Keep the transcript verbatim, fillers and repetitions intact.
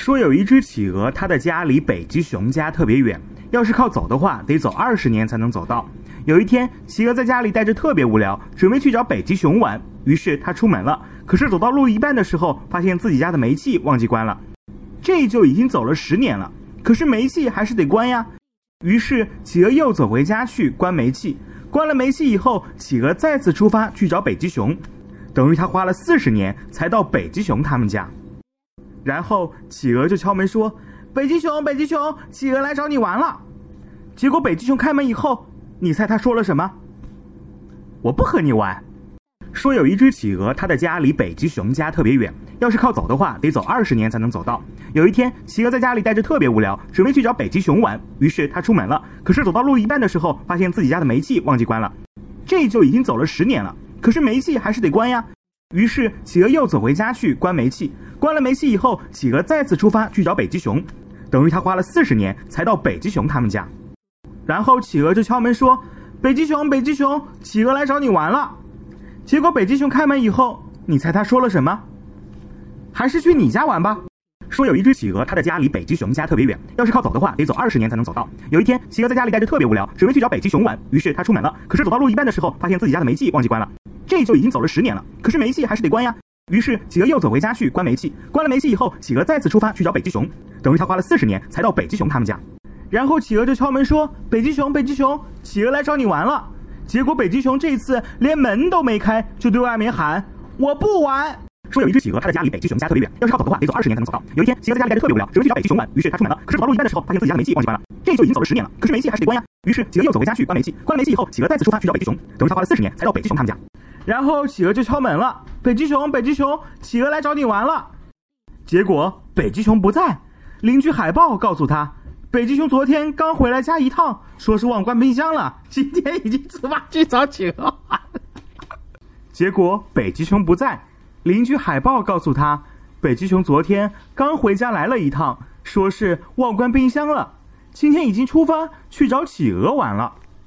说有一只企鹅，它的家离北极熊家特别远，要是靠走的话，得走二十年才能走到。有一天，企鹅在家里待着特别无聊，准备去找北极熊玩，于是他出门了。可是走到路一半的时候，发现自己家的煤气忘记关了。这就已经走了十年了，可是煤气还是得关呀。于是企鹅又走回家去关煤气。关了煤气以后，企鹅再次出发去找北极熊，等于他花了四十年才到北极熊他们家。然后企鹅就敲门说：“北极熊，北极熊，企鹅来找你玩了。”结果北极熊开门以后，你猜他说了什么？我不和你玩。说有一只企鹅，它的家离北极熊家特别远，要是靠走的话，得走二十年才能走到。有一天，企鹅在家里待着特别无聊，准备去找北极熊玩，于是他出门了。可是走到路一半的时候，发现自己家的煤气忘记关了。这就已经走了十年了，可是煤气还是得关呀。于是企鹅又走回家去关煤气。关了煤气以后，企鹅再次出发去找北极熊，等于他花了四十年才到北极熊他们家。然后企鹅就敲门说：“北极熊，北极熊，企鹅来找你玩了。”结果北极熊开门以后，你猜他说了什么？还是去你家玩吧。说有一只企鹅，它的家离北极熊家特别远，要是靠走的话，得走二十年才能走到。有一天，企鹅在家里待着特别无聊，准备去找北极熊玩，于是他出门了。可是走到路一半的时候，发现自己家的煤气忘记关了。这就已经走了十年了，可是煤气还是得关呀。于是企鹅又走回家去关煤气。关了煤气以后，企鹅再次出发去找北极熊，等于他花了四十年才到北极熊他们家。然后企鹅就敲门说：“北极熊，北极熊，企鹅来找你玩了。”结果北极熊这次连门都没开，就对外面喊：“我不玩。”说有一只企鹅，它的家离北极熊家特别远，要是靠走的话，得走二十年才能走到。有一天，企鹅在家里待着特别无聊，准备去找北极熊玩，于是他出门了。可是走到路一半的时候，发现自己家的煤气忘记关了。这就已经走了十年了，可是煤气还是得关呀。于是企鹅又走回家去关煤气。关了煤气以后，企鹅再次出发去找北极熊，等于他花了四十年才到北极熊他们家。然后企鹅就敲门了：“北极熊，北极熊，企鹅来找你玩了。”结果北极熊不在，邻居海豹告诉他，北极熊昨天刚回来家一趟，说是忘关冰箱了，今天已经出发去找企鹅玩了。结果北极熊不在，邻居海豹告诉他，北极熊昨天刚回家来了一趟，说是忘关冰箱了，今天已经出发去找企鹅玩了。